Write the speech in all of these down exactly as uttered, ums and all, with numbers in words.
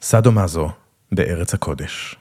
סאדו-מאזו, בארץ הקודש.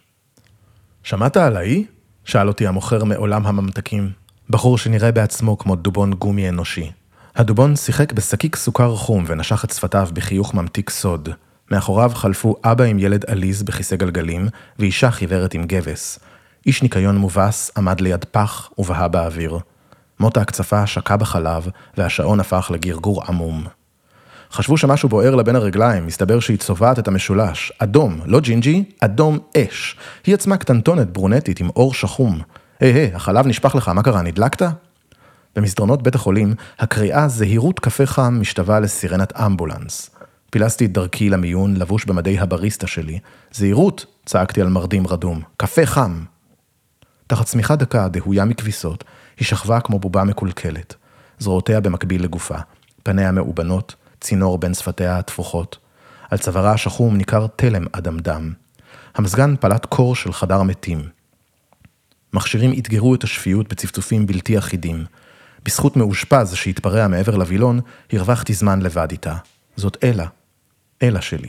שמעת עליי? שאל אותי המוכר מעולם הממתקים. בחור שנראה בעצמו כמו דובון גומי אנושי. הדובון שיחק בשקיק סוכר חום ונשך את שפתיו בחיוך ממתיק סוד. מאחוריו חלפו אבא עם ילד עליז בכיסא גלגלים, ואישה חיוורת עם גבס. איש ניקיון מובס עמד ליד פח ובהה באוויר. מות ההקצפה שקע בחלב, והשעון הפך לגרגור עמום. חשבו שמשהו בוער לבין הרגליים, מסתבר שהיא צובעת את המשולש. אדום, לא ג'ינג'י, אדום אש. היא עצמה קטנטונת ברונטית עם אור שחום. היי היי, החלב נשפך לך, מה קרה, נדלקת? במסדרונות בית החולים, הקריאה זהירות קפה חם משתווה לסירנת אמבולנס. פילסתי את דרכי למיון, לבוש במדי הבריסטה שלי. זהירות, צעקתי על מרדים רדום. קפה חם. תחת צמיחה דקה, דהויה מכביסות, היא שכבה כמו בובה מקולקלת. זרועותיה במקביל לגופה. פניה מאובנות, צינור בין שפתיה התפוחות. על צווארה השחום ניכר תלם אדם-דם. המזגן פלט קור של חדר מתים. מכשירים התגרו את השפיות בצפצופים בלתי אחידים. בזכות מאושפז שהתפרע מעבר לווילון, הרווחתי זמן לבד איתה. זאת אלה. אלה שלי.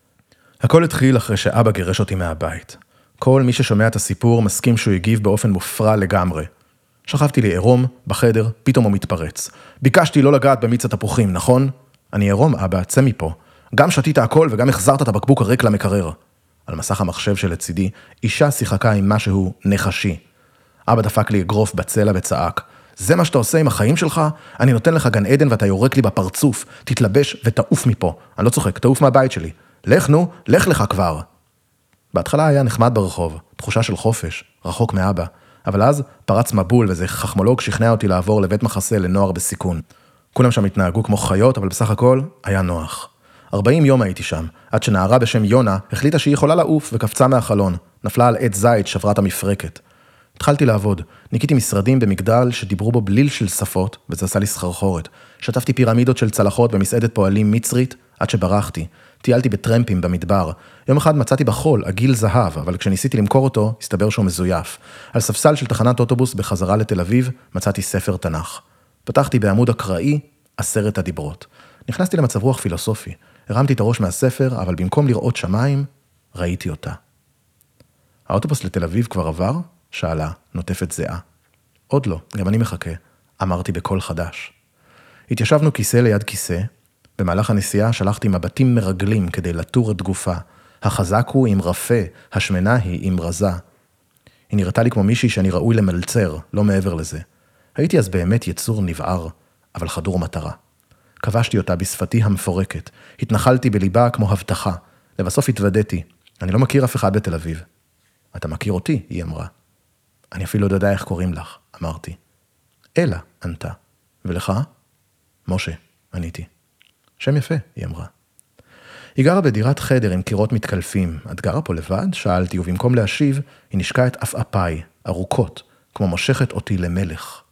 הכל התחיל אחרי שאבא גירש אותי מהבית. כל מי ששומע את הסיפור מסכים שהוא הגיב באופן מופרע לגמרי. שכבתי לי עירום, בחדר, פתאום הוא מתפרץ. ביקשתי לא לגעת במיץ התפוחים, נכון? אני עירום, אבא, צא מפה. גם שתית הכל וגם החזרת את הבקבוק הריק למקרר. על מסך המחשב שלצידי, אישה שיחקה עם משהו נחשי. אבא דפק לי אגרוף בצלע וצעק. זה מה שאתה עושה עם החיים שלך? אני נותן לך גן עדן ואתה יורק לי בפרצוף. תתלבש ותעוף מפה. אני לא צוחק, תעוף מהבית שלי. לך נו, לך לך כבר. בהתחלה היה נחמד ברחוב, תחושה של חופש, רחוק מאבא. אבל אז פרץ מבול וזה חכמולוג שכנע אותי לעבור לבית מחסה לנוער בסיכון. כולם שם התנהגו כמו חיות, אבל בסך הכל היה נוח. ארבעים יום הייתי שם, עד שנערה בשם יונה החליטה שהיא יכולה לעוף וקפצה מהחלון. נפלה על עץ זית, שברה את המפרקת. התחלתי לעבוד. ניקיתי משרדים במגדל שדיברו בו בליל של שפות, וזה עשה לי סחרחורת. שטפתי פירמידות של צלחות במסעדת פועלים מצרית, עד שברחתי. טיילתי בטרמפים במדבר. יום אחד מצאתי בחול עגיל זהב, אבל כשניסיתי למכור אותו, הסתבר שהוא מזויף. על ספסל של תחנת אוטובוס בחזרה לתל אביב, מצאתי ספר תנ"ך. פתחתי בעמוד הקראי, עשרת הדיברות. נכנסתי למצב רוח פילוסופי. הרמתי את הראש מהספר, אבל במקום לראות שמיים, ראיתי אותה. האוטובוס לתל אביב כבר עבר? שאלה, נוטפת זהה. עוד לא, גם אני מחכה. אמרתי בקול חדש. התיישבנו כיסא ליד כיסא. במהלך הנסיעה שלחתי מבטים מרגלים כדי לטור את גופה. החזק הוא עם רפה, השמנה היא עם רזה. היא נראתה לי כמו מישהי שאני ראוי למלצר, לא מעבר לזה. הייתי אז באמת יצור נבער, אבל חדור מטרה. כבשתי אותה בשפתי המפורקת. התנחלתי בליבה כמו הבטחה. לבסוף התוודעתי. אני לא מכיר אף אחד בתל אביב. אתה מכיר אותי? היא אמרה. אני אפילו לא יודע איך קוראים לך, אמרתי. אלה, ענתה. ולך? משה, עניתי. שם יפה, היא אמרה. היא גרה בדירת חדר עם קירות מתקלפים. את גרה פה לבד? שאלתי, ובמקום להשיב, היא נשקה את עפעפיי, ארוכות, כמו מושכת אותי למלך.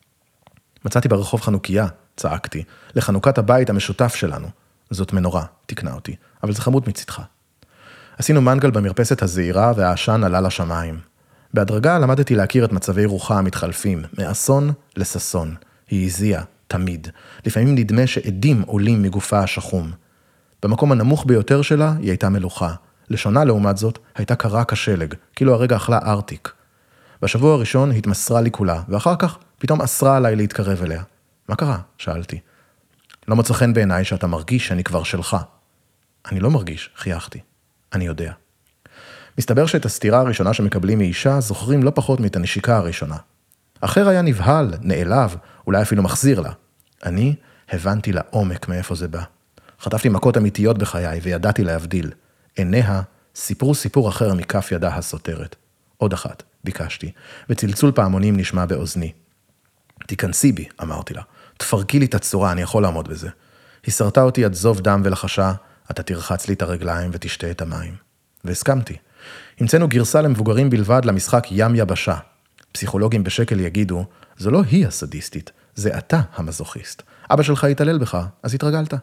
מצאתי ברחוב חנוכיה, צעקתי, לחנוכת הבית המשותף שלנו. זאת מנורה, תקנה אותי, אבל זה חמוד מצדך. עשינו מנגל במרפסת הזעירה והעשן עלה לשמיים. בהדרגה למדתי להכיר את מצבי רוחה המתחלפים, מאסון לססון. היא הזיעה, תמיד. לפעמים נדמה שעדים עולים מגופה השחום. במקום הנמוך ביותר שלה היא הייתה מלוכה. לשונה לעומת זאת הייתה קרה כשלג, כאילו הרגע אכלה ארטיק. בשבוע הראשון התמסרה לי כולה, ואחר כך פתאום אסרה עליי להתקרב אליה. מה קרה? שאלתי. לא מצא חן בעיניי שאתה מרגיש שאני כבר שלך. אני לא מרגיש, חייכתי. אני יודע. מסתבר שאת הסתירה הראשונה שמקבלים מאישה זוכרים לא פחות מאת הנשיקה הראשונה. אחר היה נבהל, נעלב, אולי אפילו מחזיר לה. אני הבנתי לעומק מאיפה זה בא. חטפתי מכות אמיתיות בחיי וידעתי להבדיל. עיניה סיפרו סיפור אחר מכף ידה הסותרת. עוד אחת, ביקשתי, וצלצול פעמונים נשמע באוזני. תיכנסי בי, אמרתי לה. תפרקי לי את הצורה, אני יכול לעמוד בזה. היא שרתה אותי עד זוב דם ולחשה, אתה תרחץ לי את הרגליים ותשתה את המים. והסכמתי. המצאנו גרסה למבוגרים בלבד למשחק ים יבשה. פסיכולוגים בשקל יגידו, זו לא היא הסדיסטית, זה אתה המזוכיסט. אבא שלך התעלל בך, אז התרגלת.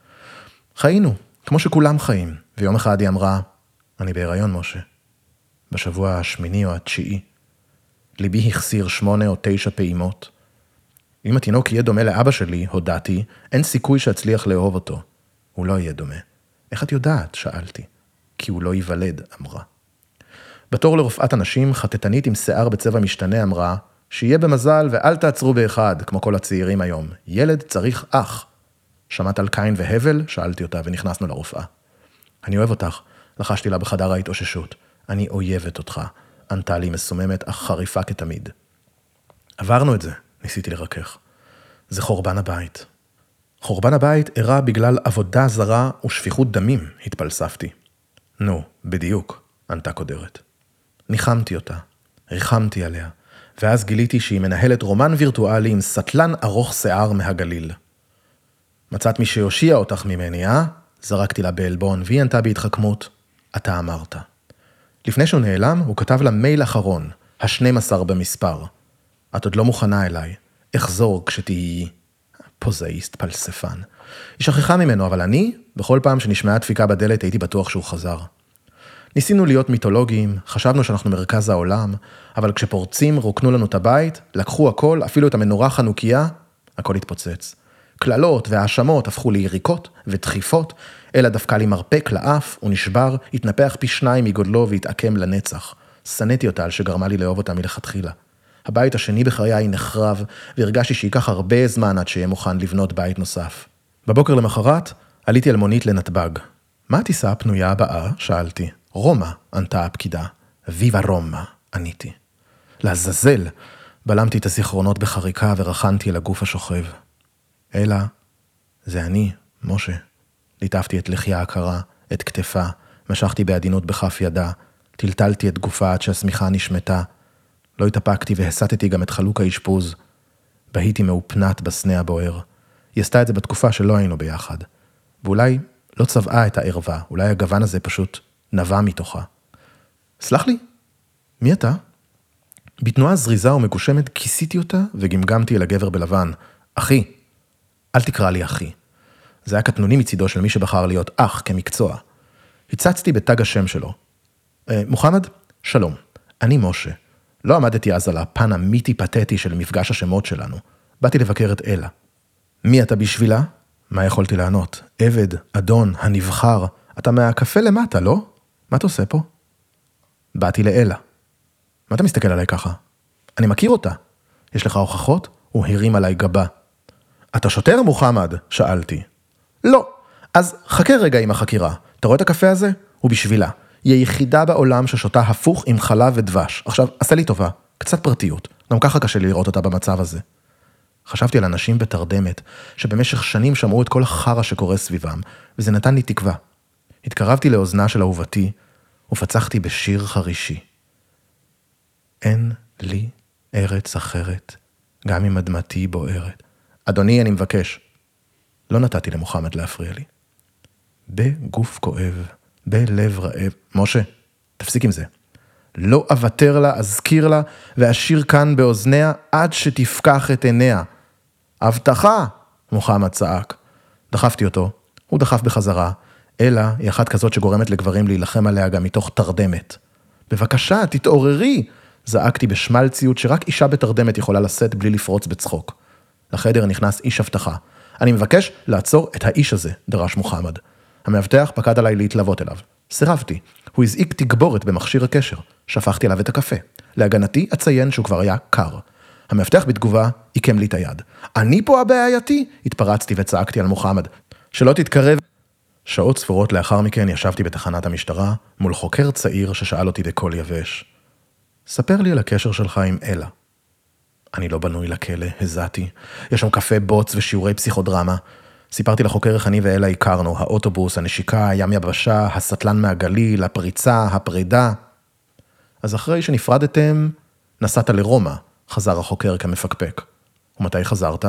חיינו, כמו שכולם חיים, ויום אחד היא אמרה, אני בהיריון משה. בשבוע השמיני או התשיעי. ליבי החסיר שמונה או תשע פעימות. אם התינוק יהיה דומה לאבא שלי, הודעתי, אין סיכוי שאצליח לאהוב אותו. הוא לא יהיה דומה. איך את יודעת? שאלתי. כי הוא לא ייוולד, אמרה. בתור לרופאת אנשים, חטטנית עם שיער בצבע משתנה אמרה, שיהיה במזל ואל תעצרו באחד, כמו כל הצעירים היום. ילד צריך אח. שמעת על קין והבל? שאלתי אותה ונכנסנו לרופאה. אני אוהב אותך, לחשתי לה בחדר ההתאוששות. אני אויבת אותך, ענתה לי מסוממת אך חריפה כתמיד. עברנו את זה, ניסיתי לרכך. זה חורבן הבית. חורבן הבית אירע בגלל עבודה זרה ושפיכות דמים, התפלספתי. נו, בדיוק, ענתה קודרת. ניחמתי אותה, ריחמתי עליה, ואז גיליתי שהיא מנהלת רומן וירטואלי עם סטלן ארוך שיער מהגליל. מצאת מי שיושיע אותך ממני, אה? זרקתי לה בעלבון, והיא ענתה בהתחכמות. אתה אמרת. לפני שהוא נעלם, הוא כתב לה מייל אחרון, ה-שנים עשר במספר. את עוד לא מוכנה אליי. אחזור כשתהיי פוזאיסט פלספן. היא שכחה ממנו, אבל אני, בכל פעם שנשמעה דפיקה בדלת, הייתי בטוח שהוא חזר. ניסינו להיות מיתולוגיים, חשבנו שאנחנו מרכז העולם, אבל כשפורצים רוקנו לנו את הבית, לקחו הכל, אפילו את המנורה חנוכיה, הכל התפוצץ. כללות והאשמות הפכו ליריקות ודחיפות, אלא דווקא לי מרפק לאף, הוא נשבר, התנפח פי שניים מגודלו והתעקם לנצח. שנאתי אותה על שגרמה לי לאהוב אותה מלכתחילה. הבית השני בחיי נחרב, והרגשתי שייקח הרבה זמן עד שיהיה מוכן לבנות בית נוסף. בבוקר למחרת, עליתי על מונית לנתב"ג. מה הטיסה הפנויה הבאה? שאלתי. רומא, ענתה הפקידה. ויבה רומא, עניתי. לעזאזל, בלמתי את הזיכרונות בחריקה ורחנתי אל הגוף השוכב. אלא, זה אני, משה. ליטפתי את לחיה הקרה, את כתפה, משכתי בעדינות בכף ידה, טלטלתי את גופה עד שהסמיכה נשמטה. לא התאפקתי והסתתי גם את חלוק האשפוז. בהיתי מאופנת בסנה הבוער. היא עשתה את זה בתקופה שלא היינו ביחד. ואולי לא צבעה את הערווה, אולי הגוון הזה פשוט נבע מתוכה. סלח לי, מי אתה? בתנועה זריזה ומגושמת כיסיתי אותה וגמגמתי אל הגבר בלבן. אחי, אל תקרא לי אחי. זה היה קטנוני מצידו של מי שבחר להיות אח כמקצוע. הצצתי בתג השם שלו. אה, מוחמד, שלום, אני משה. לא עמדתי אז על הפן המיתי-פתטי של מפגש השמות שלנו. באתי לבקר את אלה. מי אתה בשבילה? מה יכולתי לענות? עבד, אדון, הנבחר. אתה מהקפה למטה, לא? מה אתה עושה פה? באתי לאלה. מה אתה מסתכל עליי ככה? אני מכיר אותה. יש לך הוכחות? הוא הרים עליי גבה. אתה שוטר, מוחמד? שאלתי. לא. אז חכה רגע עם החקירה. אתה רואה את הקפה הזה? הוא בשבילה. היא היחידה בעולם ששותה הפוך עם חלב ודבש. עכשיו, עשה לי טובה. קצת פרטיות. גם ככה קשה לי לראות אותה במצב הזה. חשבתי על אנשים בתרדמת, שבמשך שנים שמעו את כל החרא שקורה סביבם, וזה נתן לי תקווה. התקרבתי לאוזנה של אהובתי, ופצחתי בשיר חרישי. אין לי ארץ אחרת, גם אם אדמתי בוערת. אדוני, אני מבקש. לא נתתי למוחמד להפריע לי. בגוף כואב, בלב רעב. משה, תפסיק עם זה. לא אוותר לה, אזכיר לה, ואשיר כאן באוזניה עד שתפקח את עיניה. הבטחה, מוחמד צעק. דחפתי אותו, הוא דחף בחזרה, אלא היא אחת כזאת שגורמת לגברים להילחם עליה גם מתוך תרדמת. בבקשה, תתעוררי, זעקתי בשמלציות שרק אישה בתרדמת יכולה לשאת בלי לפרוץ בצחוק. לחדר נכנס איש הבטחה. אני מבקש לעצור את האיש הזה, דרש מוחמד. המאבטח פקד עליי להתלוות אליו. סירבתי. הוא הזעיק תגבורת במכשיר הקשר. שפכתי עליו את הקפה. להגנתי אציין שהוא כבר היה קר. המאבטח בתגובה עיקם לי את היד. אני פה הבעייתי? התפרצתי וצעקתי על מוחמד. שלא תתקרב. שעות ספורות לאחר מכן ישבתי בתחנת המשטרה מול חוקר צעיר ששאל אותי בקול יבש. ספר לי על הקשר שלך עם אלה. אני לא בנוי לכלא, הזעתי. יש שם קפה בוץ ושיעורי פסיכודרמה. סיפרתי לחוקר איך אני ואלה הכרנו, האוטובוס, הנשיקה, הים יבשה, הסטלן מהגליל, הפריצה, הפרידה. אז אחרי שנפרדתם, נסעת לרומא, חזר החוקר כמפקפק. ומתי חזרת?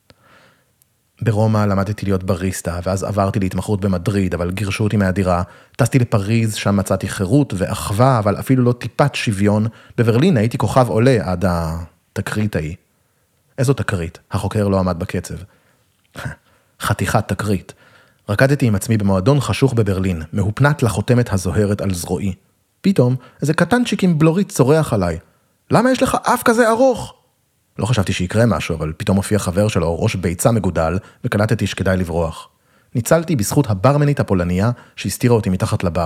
ברומא למדתי להיות בריסטה, ואז עברתי להתמחות במדריד, אבל גירשו אותי מהדירה. טסתי לפריז, שם מצאתי חירות ואחווה, אבל אפילו לא טיפת שוויון. בברלין הייתי כוכב עולה עד התקרית ההיא. איזו תקרית? החוקר לא עמד בקצב. חתיכת תקרית. רקדתי עם עצמי במועדון חשוך בברלין, מהופנת לחותמת הזוהרת על זרועי. פתאום, איזה קטנצ'יק עם בלורית צורח עליי. למה יש לך אף כזה ארוך? לא חשבתי שיקרה משהו, אבל פתאום הופיע חבר שלו, ראש ביצה מגודל, וקלטתי שכדאי לברוח. ניצלתי בזכות הברמנית הפולניה, שהסתירה אותי מתחת לבר.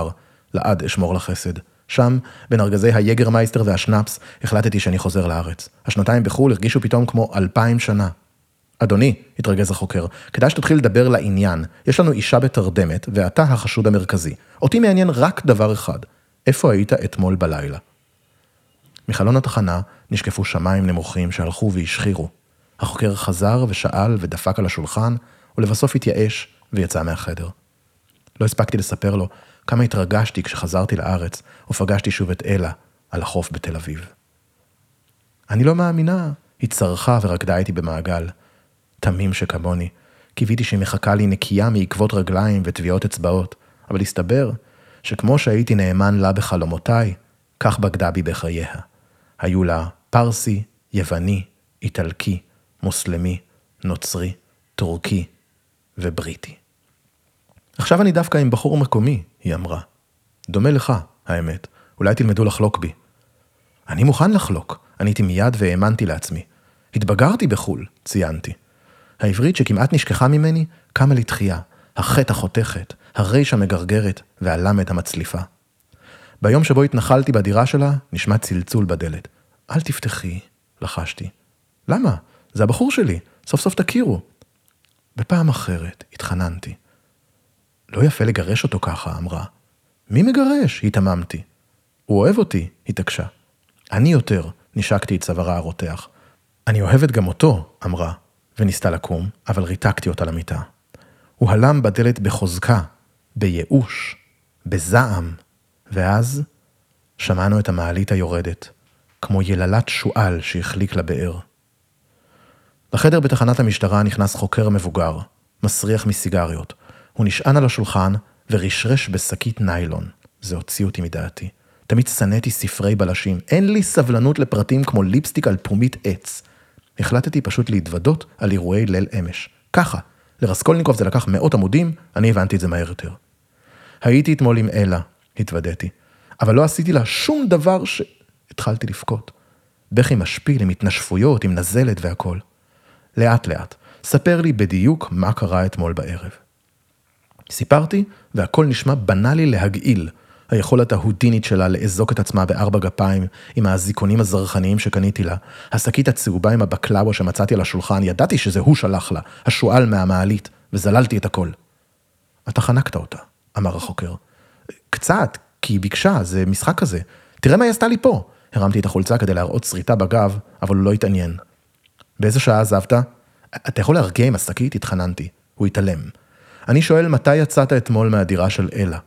לעד אשמור לחסד. שם, בין ארגזי היגרמייסטר והשנאפס, החלטתי שאני חוזר לארץ. השנתיים בחול הרגישו פתאום כמו אלפיים שנה. אדוני, התרגז החוקר, כדאי שתתחיל לדבר לעניין. יש לנו אישה בתרדמת, ואתה החשוד המרכזי. אותי מעניין רק דבר אחד. איפה היית אתמול בלילה? מחלון התחנה נשקפו שמיים נמוכים שהלכו והשחירו. החוקר חזר ושאל ודפק על השולחן, ולבסוף התייאש ויצא מהחדר. לא הספקתי לספר לו כמה התרגשתי כשחזרתי לארץ, ופגשתי שוב את אלה על החוף בתל אביב. אני לא מאמינה, היא צרחה ורקדה איתי במעגל. תמים שכמוני, קיוויתי שהיא מחכה לי נקייה מעקבות רגליים וטביעות אצבעות, אבל הסתבר שכמו שהייתי נאמן לה בחלומותיי, כך בגדה בי בחייה. היו לה פרסי, יווני, איטלקי, מוסלמי, נוצרי, טורקי ובריטי. עכשיו אני דווקא עם בחור מקומי, היא אמרה. דומה לך, האמת. אולי תלמדו לחלוק בי. אני מוכן לחלוק. עניתי מיד והאמנתי לעצמי. התבגרתי בחול, ציינתי. העברית שכמעט נשכחה ממני, קמה לתחייה. החטא החותכת, הרייש המגרגרת והלמד המצליפה. ביום שבו התנחלתי בדירה שלה, נשמע צלצול בדלת. אל תפתחי, לחשתי. למה? זה הבחור שלי. סוף סוף תכירו. בפעם אחרת התחננתי. לא יפה לגרש אותו ככה, אמרה. מי מגרש? התאממתי. הוא אוהב אותי, התעקשה. אני יותר, נשקתי את צווארה הרותח. אני אוהבת גם אותו, אמרה, וניסתה לקום, אבל ריתקתי אותה למיטה. הוא הלם בדלת בחוזקה, בייאוש, בזעם, ואז שמענו את המעלית היורדת, כמו יללת שואל שהחליק לבאר. לחדר בתחנת המשטרה נכנס חוקר מבוגר, מסריח מסיגריות. הוא נשען על השולחן ורשרש בשקית ניילון. זה הוציא אותי מדעתי. תמיד שנאתי ספרי בלשים. אין לי סבלנות לפרטים כמו ליפסטיק על פומית עץ. החלטתי פשוט להתוודות על אירועי ליל אמש. ככה. לרסקולניקוב זה לקח מאות עמודים, אני הבנתי את זה מהר יותר. הייתי אתמול עם אלה, התוודעתי. אבל לא עשיתי לה שום דבר ש... התחלתי לפקות. בכי משפיל עם התנשפויות, עם נזלת והכל. לאט לאט. ספר לי בדיוק מה קרה אתמול בערב. סיפרתי, והכל נשמע בנאלי להגעיל. היכולת ההודינית שלה לאזוק את עצמה בארבע גפיים, עם הזיקונים הזרחניים שקניתי לה, השקית הצהובה עם הבקלאווה שמצאתי על השולחן, ידעתי שזה הוא שלח לה, השואל מהמעלית, וזללתי את הכל. אתה חנקת אותה, אמר החוקר. קצת, כי היא ביקשה, זה משחק כזה. תראה מה היא עשתה לי פה. הרמתי את החולצה כדי להראות שריטה בגב, אבל הוא לא התעניין. באיזה שעה עזבת? אתה יכול להרגיע עם השקית? התחננתי. הוא התעלם. אני שואל מתי יצאת אתמול מהדירה של אלה.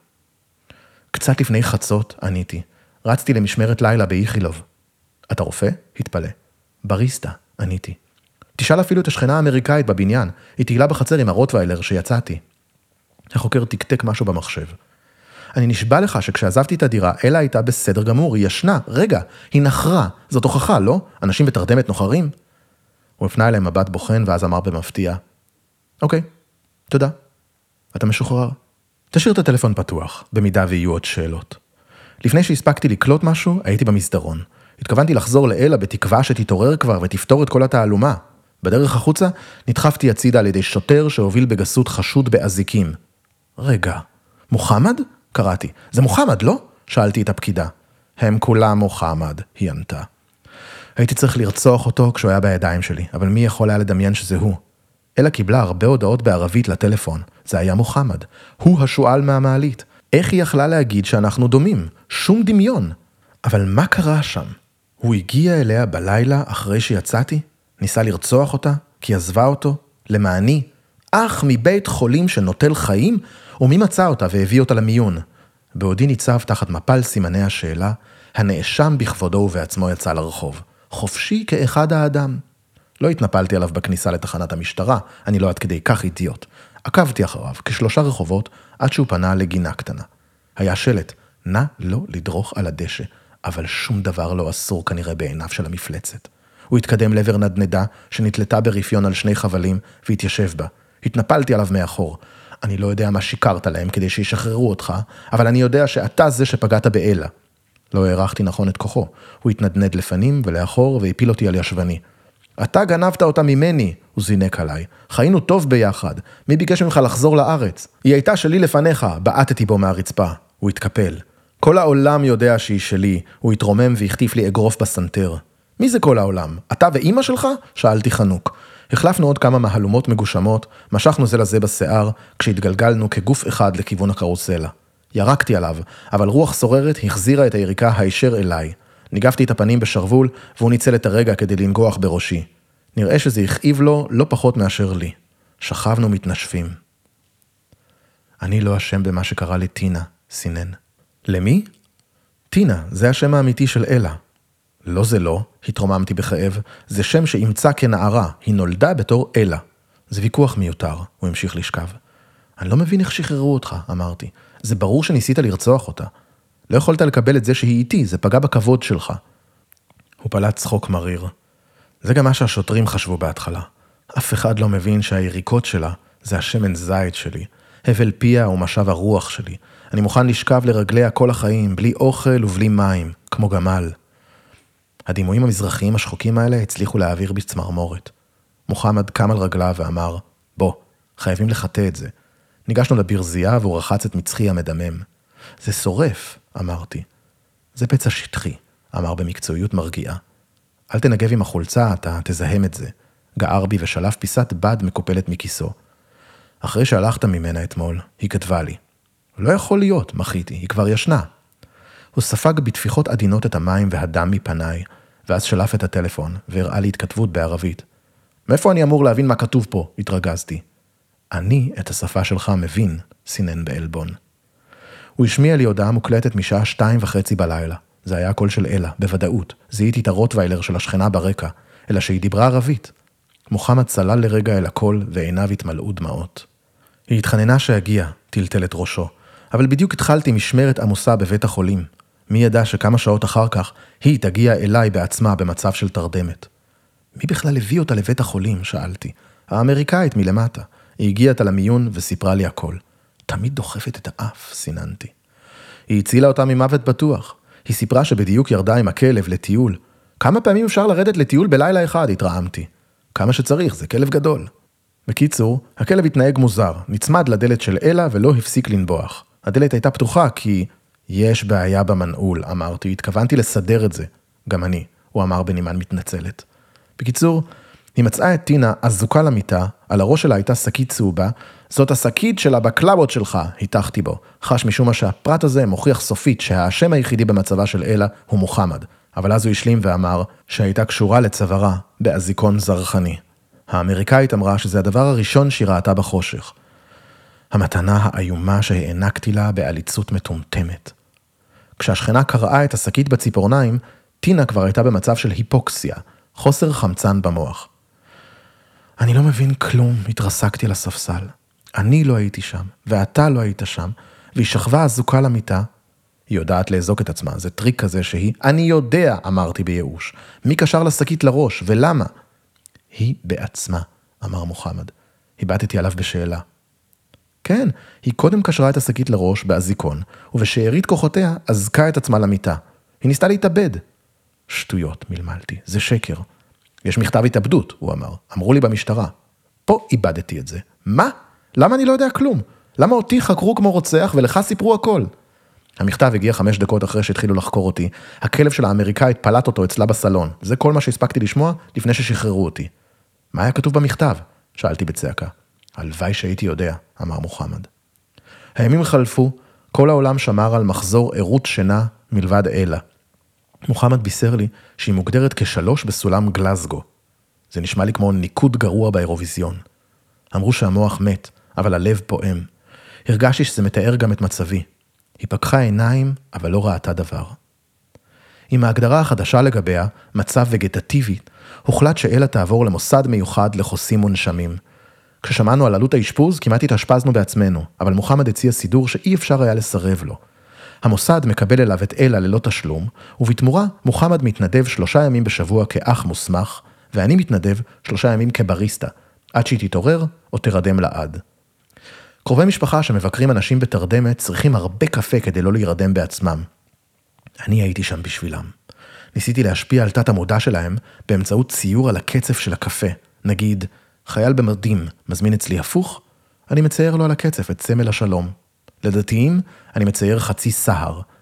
קצת לפני חצות, עניתי. רצתי למשמרת לילה באיכילוב. אתה רופא? התפלא. בריסטה, עניתי. תשאל אפילו את השכנה האמריקאית בבניין. היא תהילה בחצר עם הרוטוויילר שיצאתי. החוקר תקתק משהו במחשב. אני נשבע לך שכשעזבתי את הדירה, אלה הייתה בסדר גמור, היא ישנה. רגע, היא נחרה. זאת הוכחה, לא? אנשים בתרדמת נוחרים? הוא הפנה אליהם מבט בוחן ואז אמר במפתיע. אוקיי, תודה. אתה משוחרר. תשאיר את הטלפון פתוח, במידה ויהיו עוד שאלות. לפני שהספקתי לקלוט משהו, הייתי במסדרון. התכוונתי לחזור לאלה בתקווה שתתעורר כבר ותפתור את כל התעלומה. בדרך החוצה נדחפתי הצידה על ידי שוטר שהוביל בגסות חשוד באזיקים. רגע, מוחמד? קראתי. זה מוחמד, לא? שאלתי את הפקידה. הם כולם מוחמד, היא ענתה. הייתי צריך לרצוח אותו כשהוא היה בידיים שלי, אבל מי יכול היה לדמיין שזה הוא? אלה קיבלה הרבה הודעות בערבית לטלפון. זה היה מוחמד. הוא השואל מהמעלית. איך היא יכלה להגיד שאנחנו דומים? שום דמיון. אבל מה קרה שם? הוא הגיע אליה בלילה אחרי שיצאתי? ניסה לרצוח אותה? כי עזבה אותו? למעני? אח מבית חולים שנוטל חיים? ומי מצא אותה והביא אותה למיון? בעודי ניצב תחת מפל סימני השאלה, הנאשם בכבודו ובעצמו יצא לרחוב. חופשי כאחד האדם. לא התנפלתי עליו בכניסה לתחנת המשטרה, אני לא עד כדי כך אידיוט. עקבתי אחריו כשלושה רחובות עד שהוא פנה לגינה קטנה. היה שלט, נא לא לדרוך על הדשא, אבל שום דבר לא אסור כנראה בעיניו של המפלצת. הוא התקדם לעבר נדנדה שנתלתה ברפיון על שני חבלים והתיישב בה. התנפלתי עליו מאחור. אני לא יודע מה שיקרת להם כדי שישחררו אותך, אבל אני יודע שאתה זה שפגעת באלה. לא הערכתי נכון את כוחו. הוא התנדנד לפנים ולאחור והפיל אותי על ישבני. אתה גנבת אותה ממני, הוא זינק עליי. חיינו טוב ביחד. מי ביקש ממך לחזור לארץ? היא הייתה שלי לפניך, בעטתי בו מהרצפה. הוא התקפל. כל העולם יודע שהיא שלי, הוא התרומם והחטיף לי אגרוף בסנטר. מי זה כל העולם? אתה ואימא שלך? שאלתי חנוק. החלפנו עוד כמה מהלומות מגושמות, משכנו זה לזה בשיער, כשהתגלגלנו כגוף אחד לכיוון הקרוסלה. ירקתי עליו, אבל רוח סוררת החזירה את היריקה הישר אליי. ניגפתי את הפנים בשרוול, והוא ניצל את הרגע כדי לנגוח בראשי. נראה שזה הכאיב לו לא פחות מאשר לי. שכבנו מתנשפים. אני לא אשם במה שקרה לטינה, סינן. למי? טינה, זה השם האמיתי של אלה. לא זה לא, התרוממתי בכאב, זה שם שאימצה כנערה, היא נולדה בתור אלה. זה ויכוח מיותר, הוא המשיך לשכב. אני לא מבין איך שחררו אותך, אמרתי. זה ברור שניסית לרצוח אותה. לא יכולת לקבל את זה שהיא איתי, זה פגע בכבוד שלך. הוא פלט צחוק מריר. זה גם מה שהשוטרים חשבו בהתחלה. אף אחד לא מבין שהיריקות שלה זה השמן זית שלי. הבל פיה ומשב הרוח שלי. אני מוכן לשכב לרגליה כל החיים, בלי אוכל ובלי מים, כמו גמל. הדימויים המזרחיים השחוקים האלה הצליחו להעביר בצמרמורת. מוחמד קם על רגליו ואמר, בוא, חייבים לחטא את זה. ניגשנו לברזייה והוא רחץ את מצחי המדמם. זה שורף, אמרתי. זה פצע שטחי, אמר במקצועיות מרגיעה. אל תנגב עם החולצה, אתה תזהם את זה. גער בי ושלף פיסת בד מקופלת מכיסו. אחרי שהלכת ממנה אתמול, היא כתבה לי. לא יכול להיות, מחיתי, היא כבר ישנה. הוא ספג בתפיחות עדינות את המים והדם מפניי, ואז שלף את הטלפון והראה לי התכתבות בערבית. מאיפה אני אמור להבין מה כתוב פה? התרגזתי. אני את השפה שלך מבין, סינן באלבון. הוא השמיע לי הודעה מוקלטת משעה שתיים וחצי בלילה. זה היה הקול של אלה, בוודאות. זיהיתי את הרוטוויילר של השכנה ברקע, אלא שהיא דיברה ערבית. מוחמד צלל לרגע אל הקול ועיניו התמלאו דמעות. היא התחננה שהגיע, טלטל את ראשו, אבל בדיוק התחלתי משמרת עמוסה בבית החולים. מי ידע שכמה שעות אחר כך היא תגיע אליי בעצמה במצב של תרדמת. מי בכלל הביא אותה לבית החולים? שאלתי. האמריקאית מלמטה. היא הגיעה אותה למיון וסיפרה לי הכל. תמיד דוחפת את האף, סיננתי. היא הצילה אותה ממוות בטוח. היא סיפרה שבדיוק ירדה עם הכלב לטיול. כמה פעמים אפשר לרדת לטיול בלילה אחד? התרעמתי. כמה שצריך, זה כלב גדול. בקיצור, הכלב התנהג מוזר, נצמד לדלת של אלה ולא הפסיק לנבוח. הדלת הייתה פתוחה כי יש בעיה במנעול, אמרתי, התכוונתי לסדר את זה. גם אני, הוא אמר בנימן מתנצלת. בקיצור, היא מצאה את טינה אזוקה למיטה, על הראש שלה הייתה שקית צהובה, זאת השקית של הבקלבות שלך, היתחתי בו. חש משום מה שהפרט הזה מוכיח סופית שהאשם היחידי במצבה של אלה הוא מוחמד. אבל אז הוא השלים ואמר שהייתה קשורה לצווארה באזיקון זרחני. האמריקאית אמרה שזה הדבר הראשון שהיא ראתה בחושך. המתנה האיומה שהענקתי לה בעליצות מטומטמת. כשהשכנה קראה את השקית בציפורניים, טינה כבר הייתה במצב של היפוקסיה, חוסר חמצן במוח. אני לא מבין כלום, התרסקתי על הספסל. אני לא הייתי שם, ואתה לא היית שם, והיא שכבה אזוקה למיטה. היא יודעת לאזוק את עצמה, זה טריק כזה שהיא, אני יודע, אמרתי בייאוש. מי קשר לשקית לראש, ולמה? היא בעצמה, אמר מוחמד. הבטתי עליו בשאלה. כן, היא קודם קשרה את השקית לראש באזיקון, ובשארית כוחותיה אזקה את עצמה למיטה. היא ניסתה להתאבד. שטויות, מלמלתי, זה שקר. יש מכתב התאבדות, הוא אמר. אמרו לי במשטרה. פה איבדתי את זה. מה? למה אני לא יודע כלום? למה אותי חקרו כמו רוצח ולך סיפרו הכל? המכתב הגיע חמש דקות אחרי שהתחילו לחקור אותי. הכלב של האמריקאית פלט אותו אצלה בסלון. זה כל מה שהספקתי לשמוע לפני ששחררו אותי. מה היה כתוב במכתב? שאלתי בצעקה. הלוואי שהייתי יודע, אמר מוחמד. הימים חלפו, כל העולם שמר על מחזור עירות שינה מלבד אלה. מוחמד בישר לי שהיא מוגדרת כשלוש בסולם גלזגו. זה נשמע לי כמו ניקוד גרוע באירוויזיון. אמרו שהמוח מת, אבל הלב פועם. הרגשתי שזה מתאר גם את מצבי. היא פקחה עיניים, אבל לא ראתה דבר. עם ההגדרה החדשה לגביה, מצב וגטטיבי, הוחלט שאלה תעבור למוסד מיוחד לחוסים ונשמים. כששמענו על עלות האשפוז, כמעט התאשפזנו בעצמנו, אבל מוחמד הציע סידור שאי אפשר היה לסרב לו. המוסד מקבל אליו את אלה ללא תשלום, ובתמורה מוחמד מתנדב שלושה ימים בשבוע כאח מוסמך, ואני מתנדב שלושה ימים כבריסטה, עד שהיא תתעורר או תרדם לעד. קרובי משפחה שמבקרים אנשים בתרדמת צריכים הרבה קפה כדי לא להירדם בעצמם. אני הייתי שם בשבילם. ניסיתי להשפיע על תת המודע שלהם באמצעות ציור על הקצף של הקפה. נגיד, חייל במדים מזמין אצלי הפוך, אני מצייר לו על הקצף את סמל השלום. לדתיים, אני מצייר חצי סהר,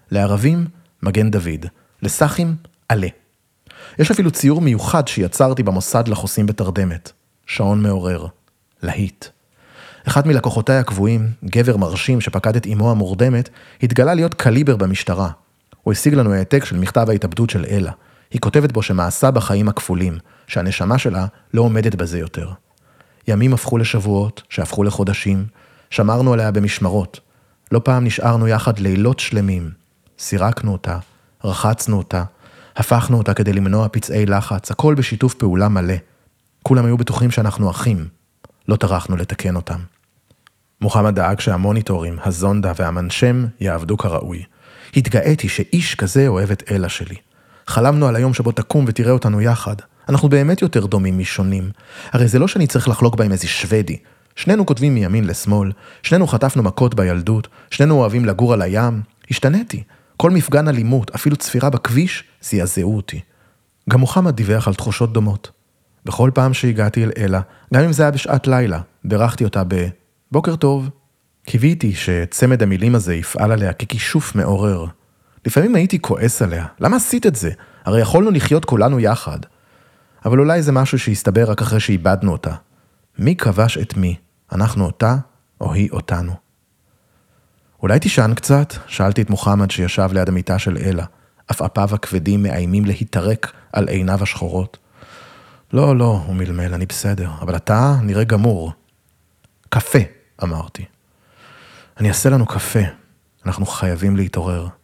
לערבים, מגן דוד, לסחים, עלה. יש אפילו ציור מיוחד שיצרתי במוסד לחוסים בתרדמת. שעון מעורר. להיט. אחד מלקוחותיי הקבועים, גבר מרשים שפקד את אמו המורדמת, התגלה להיות קליבר במשטרה. הוא השיג לנו העתק של מכתב ההתאבדות של אלה. היא כותבת בו שמעשה בחיים הכפולים, שהנשמה שלה לא עומדת בזה יותר. ימים הפכו לשבועות, שהפכו לחודשים, שמרנו עליה במשמרות. לא פעם נשארנו יחד לילות שלמים. סירקנו אותה, רחצנו אותה, הפכנו אותה כדי למנוע פצעי לחץ, הכל בשיתוף פעולה מלא. כולם היו בטוחים שאנחנו אחים. לא טרחנו לתקן אותם. מוחמד דאג שהמוניטורים, הזונדה והמנשם יעבדו כראוי. התגאיתי שאיש כזה אוהב את אלה שלי. חלמנו על היום שבו תקום ותראה אותנו יחד. אנחנו באמת יותר דומים משונים. הרי זה לא שאני צריך לחלוק בהם איזה שוודי. שנינו כותבים מימין לשמאל, שנינו חטפנו מכות בילדות, שנינו אוהבים לגור על הים. השתניתי. כל מפגן אלימות, אפילו צפירה בכביש, זעזעו אותי. גם מוחמד דיווח על תחושות דומות. בכל פעם שהגעתי אל אלה, גם אם זה היה בשעת לילה, בירכתי אותה בבוקר טוב. קיוויתי שצמד המילים הזה יפעל עליה ככישוף מעורר. לפעמים הייתי כועס עליה. למה עשית את זה? הרי יכולנו לחיות כולנו יחד. אבל אולי זה משהו שהסתבר רק אחרי שאיבדנו אותה. מי כבש את מי? אנחנו אותה או היא אותנו? אולי תישן קצת? שאלתי את מוחמד שישב ליד המיטה של אלה. עפעפיו הכבדים מאיימים להתערק על עיניו השחורות. לא, לא, הוא מלמל, אני בסדר. אבל אתה נראה גמור. קפה, אמרתי. אני אעשה לנו קפה. אנחנו חייבים להתעורר.